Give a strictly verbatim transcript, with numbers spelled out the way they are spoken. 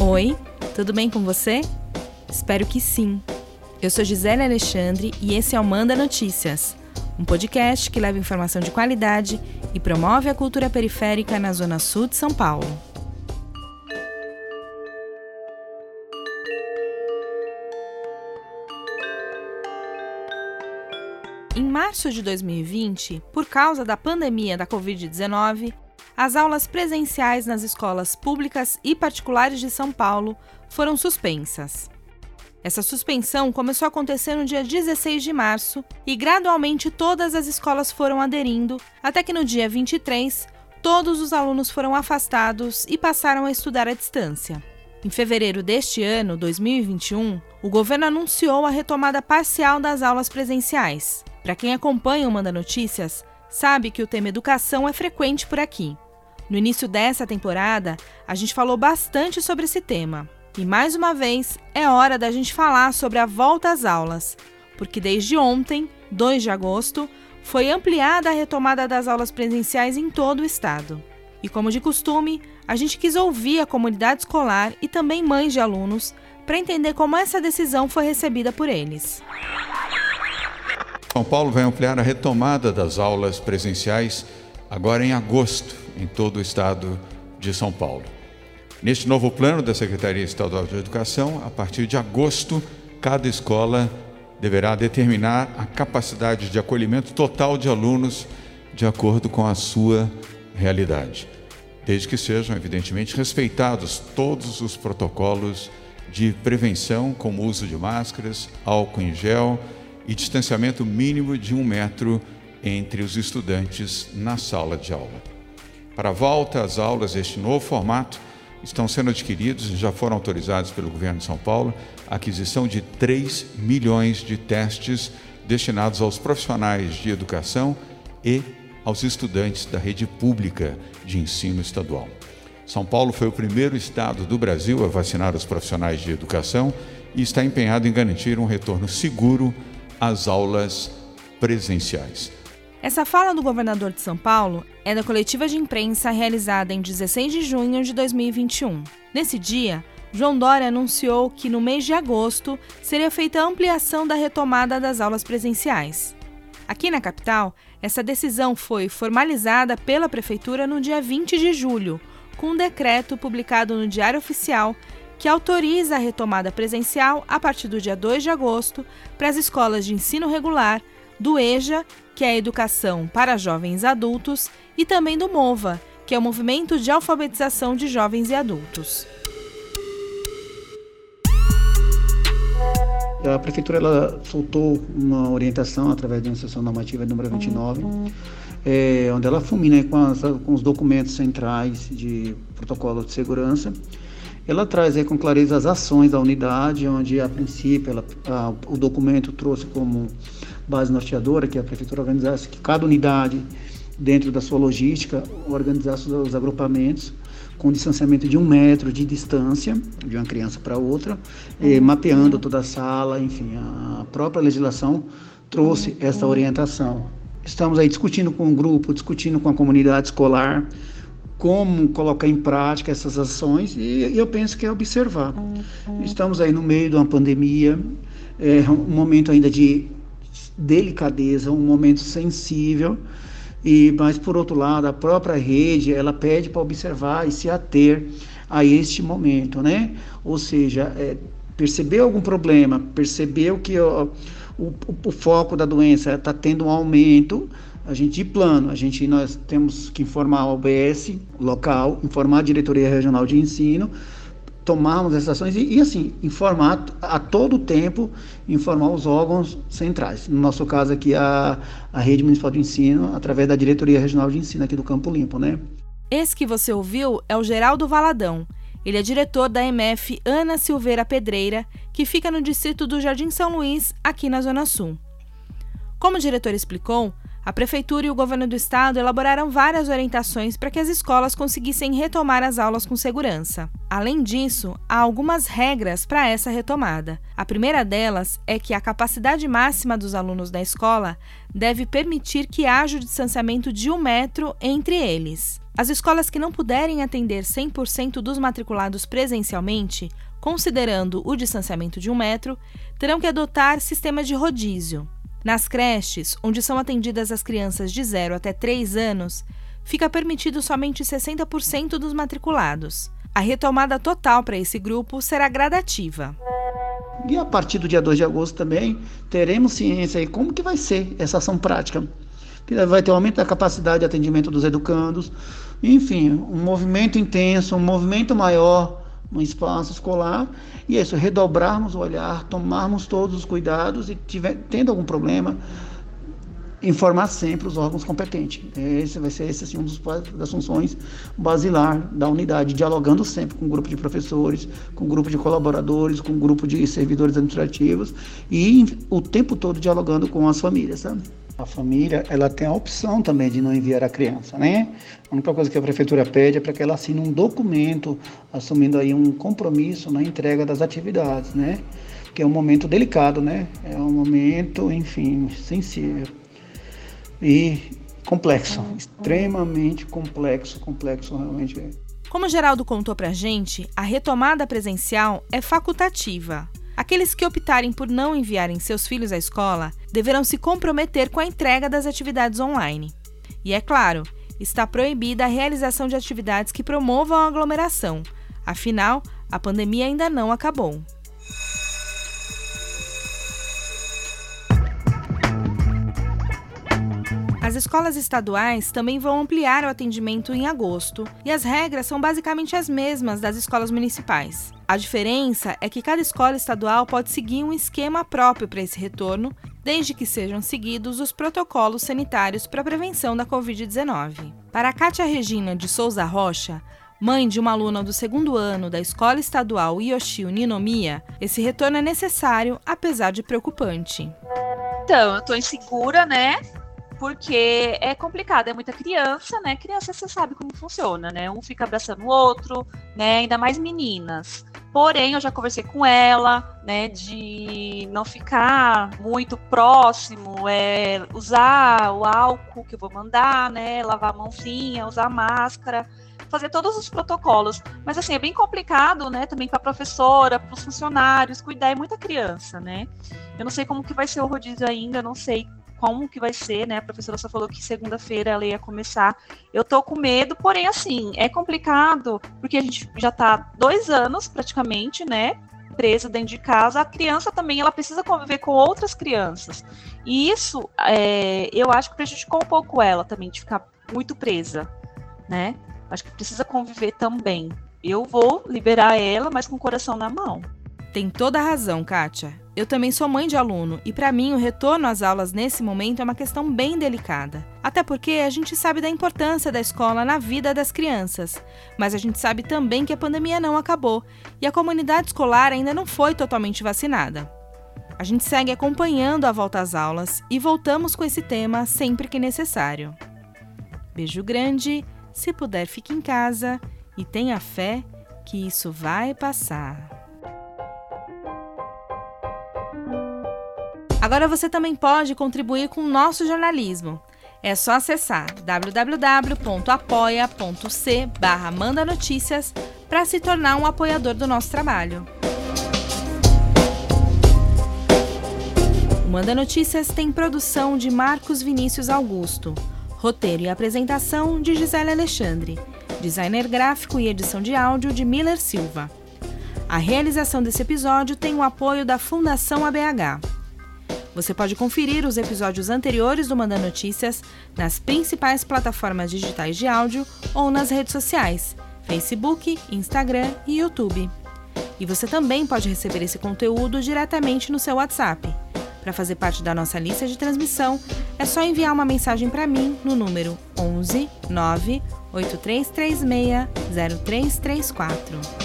Oi, tudo bem com você? Espero que sim. Eu sou Gisele Alexandre e esse é o Manda Notícias, um podcast que leva informação de qualidade e promove a cultura periférica na Zona Sul de São Paulo. Em março de dois mil e vinte, por causa da pandemia da covid dezenove, as aulas presenciais nas escolas públicas e particulares de São Paulo foram suspensas. Essa suspensão começou a acontecer no dia dezesseis de março e gradualmente todas as escolas foram aderindo, até que no dia vinte e três, todos os alunos foram afastados e passaram a estudar à distância. Em fevereiro deste ano, dois mil e vinte e um, o governo anunciou a retomada parcial das aulas presenciais. Para quem acompanha o Manda Notícias, sabe que o tema educação é frequente por aqui. No início dessa temporada, a gente falou bastante sobre esse tema. E mais uma vez, é hora da gente falar sobre a volta às aulas, porque desde ontem, dois de agosto, foi ampliada a retomada das aulas presenciais em todo o estado. E como de costume, a gente quis ouvir a comunidade escolar e também mães de alunos para entender como essa decisão foi recebida por eles. São Paulo vai ampliar a retomada das aulas presenciais agora em agosto, em todo o estado de São Paulo. Neste novo plano da Secretaria Estadual de Educação, a partir de agosto, cada escola deverá determinar a capacidade de acolhimento total de alunos de acordo com a sua realidade, desde que sejam, evidentemente, respeitados todos os protocolos de prevenção, como o uso de máscaras, álcool em gel e distanciamento mínimo de um metro entre os estudantes na sala de aula. Para a volta às aulas, este novo formato, estão sendo adquiridos e já foram autorizados pelo governo de São Paulo a aquisição de três milhões de testes destinados aos profissionais de educação e aos estudantes da rede pública de ensino estadual. São Paulo foi o primeiro estado do Brasil a vacinar os profissionais de educação e está empenhado em garantir um retorno seguro às aulas presenciais. Essa fala do governador de São Paulo é da coletiva de imprensa realizada em dezesseis de junho de dois mil e vinte e um. Nesse dia, João Dória anunciou que no mês de agosto seria feita a ampliação da retomada das aulas presenciais. Aqui na capital, essa decisão foi formalizada pela Prefeitura no dia vinte de julho, com um decreto publicado no Diário Oficial que autoriza a retomada presencial a partir do dia dois de agosto para as escolas de ensino regular, do EJA, que é a Educação para Jovens e Adultos, e também do MOVA, que é o Movimento de Alfabetização de Jovens e Adultos. A Prefeitura ela soltou uma orientação através de uma sessão normativa número vinte e nove, é, onde ela fulmina com, as, com os documentos centrais de protocolo de segurança. Ela traz aí com clareza as ações da unidade, onde a princípio ela, a, o documento trouxe como base norteadora que a Prefeitura organizasse, que cada unidade, dentro da sua logística, organizasse os, os agrupamentos com distanciamento de um metro de distância de uma criança para outra, eh, mapeando toda a sala, enfim, a própria legislação trouxe essa orientação. Estamos aí discutindo com o grupo, discutindo com a comunidade escolar, como colocar em prática essas ações, e eu penso que é observar. Estamos aí no meio de uma pandemia, é um momento ainda de delicadeza, um momento sensível, e, mas por outro lado, a própria rede, ela pede para observar e se ater a este momento, né? Ou seja, é, percebeu algum problema, percebeu que ó, o, o, o foco da doença está tendo um aumento, a gente de plano, a gente, nós temos que informar a O B S local, informar a Diretoria Regional de Ensino, tomarmos essas ações e, e assim, informar a todo tempo, informar os órgãos centrais. No nosso caso aqui, a, a Rede Municipal de Ensino, através da Diretoria Regional de Ensino aqui do Campo Limpo, né? Esse que você ouviu é o Geraldo Valadão. Ele é diretor da E M F Ana Silveira Pedreira, que fica no distrito do Jardim São Luís, aqui na Zona Sul. Como o diretor explicou, a Prefeitura e o Governo do Estado elaboraram várias orientações para que as escolas conseguissem retomar as aulas com segurança. Além disso, há algumas regras para essa retomada. A primeira delas é que a capacidade máxima dos alunos da escola deve permitir que haja o distanciamento de um metro entre eles. As escolas que não puderem atender cem por cento dos matriculados presencialmente, considerando o distanciamento de um metro, terão que adotar sistema de rodízio. Nas creches, onde são atendidas as crianças de zero até três anos, fica permitido somente sessenta por cento dos matriculados. A retomada total para esse grupo será gradativa. E a partir do dia dois de agosto também teremos ciência aí como que vai ser essa ação prática. Vai ter um aumento da capacidade de atendimento dos educandos, enfim, um movimento intenso, um movimento maior no espaço escolar, e é isso, redobrarmos o olhar, tomarmos todos os cuidados e tiver, tendo algum problema, informar sempre os órgãos competentes. Esse vai ser esse, assim, um dos, das funções basilar da unidade, dialogando sempre com o grupo de professores, com o grupo de colaboradores, com o grupo de servidores administrativos e o tempo todo dialogando com as famílias, sabe? A família, ela tem a opção também de não enviar a criança, né? A única coisa que a prefeitura pede é para que ela assine um documento assumindo aí um compromisso na entrega das atividades, né? Que é um momento delicado, né? É um momento, enfim, sensível e complexo, extremamente complexo, complexo realmente é. Como o Geraldo contou pra gente, a retomada presencial é facultativa. Aqueles que optarem por não enviarem seus filhos à escola deverão se comprometer com a entrega das atividades online. E é claro, está proibida a realização de atividades que promovam a aglomeração. Afinal, a pandemia ainda não acabou. As escolas estaduais também vão ampliar o atendimento em agosto e as regras são basicamente as mesmas das escolas municipais. A diferença é que cada escola estadual pode seguir um esquema próprio para esse retorno, desde que sejam seguidos os protocolos sanitários para a prevenção da covid dezenove. Para a Kátia Regina de Souza Rocha, mãe de uma aluna do segundo ano da Escola Estadual Yoshio Ninomiya, esse retorno é necessário, apesar de preocupante. Então, eu estou insegura, né? Porque é complicado, é muita criança, né? Criança, você sabe como funciona, né? Um fica abraçando o outro, né? Ainda mais meninas. Porém, eu já conversei com ela, né? De não ficar muito próximo, é, usar o álcool que eu vou mandar, né? Lavar a mãozinha, usar máscara, fazer todos os protocolos. Mas, assim, é bem complicado, né? Também para a professora, para os funcionários, cuidar, é muita criança, né? Eu não sei como que vai ser o rodízio ainda, não sei como que vai ser, né? A professora só falou que segunda-feira ela ia começar. Eu tô com medo, porém, assim, é complicado, porque a gente já tá dois anos, praticamente, né? Presa dentro de casa. A criança também, ela precisa conviver com outras crianças. E isso, é, eu acho que prejudicou um pouco ela também, de ficar muito presa, né? Acho que precisa conviver também. Eu vou liberar ela, mas com o coração na mão. Tem toda a razão, Kátia. Eu também sou mãe de aluno e, para mim, o retorno às aulas nesse momento é uma questão bem delicada. Até porque a gente sabe da importância da escola na vida das crianças, mas a gente sabe também que a pandemia não acabou e a comunidade escolar ainda não foi totalmente vacinada. A gente segue acompanhando a volta às aulas e voltamos com esse tema sempre que necessário. Beijo grande, se puder fique em casa e tenha fé que isso vai passar. Agora você também pode contribuir com o nosso jornalismo. É só acessar w w w ponto apoia ponto c barra manda notícias para se tornar um apoiador do nosso trabalho. O Manda Notícias tem produção de Marcos Vinícius Augusto, roteiro e apresentação de Gisele Alexandre, designer gráfico e edição de áudio de Miller Silva. A realização desse episódio tem o apoio da Fundação A B H. Você pode conferir os episódios anteriores do Manda Notícias nas principais plataformas digitais de áudio ou nas redes sociais, Facebook, Instagram e YouTube. E você também pode receber esse conteúdo diretamente no seu WhatsApp. Para fazer parte da nossa lista de transmissão, é só enviar uma mensagem para mim no número onze nove oito três três seis zero três três quatro.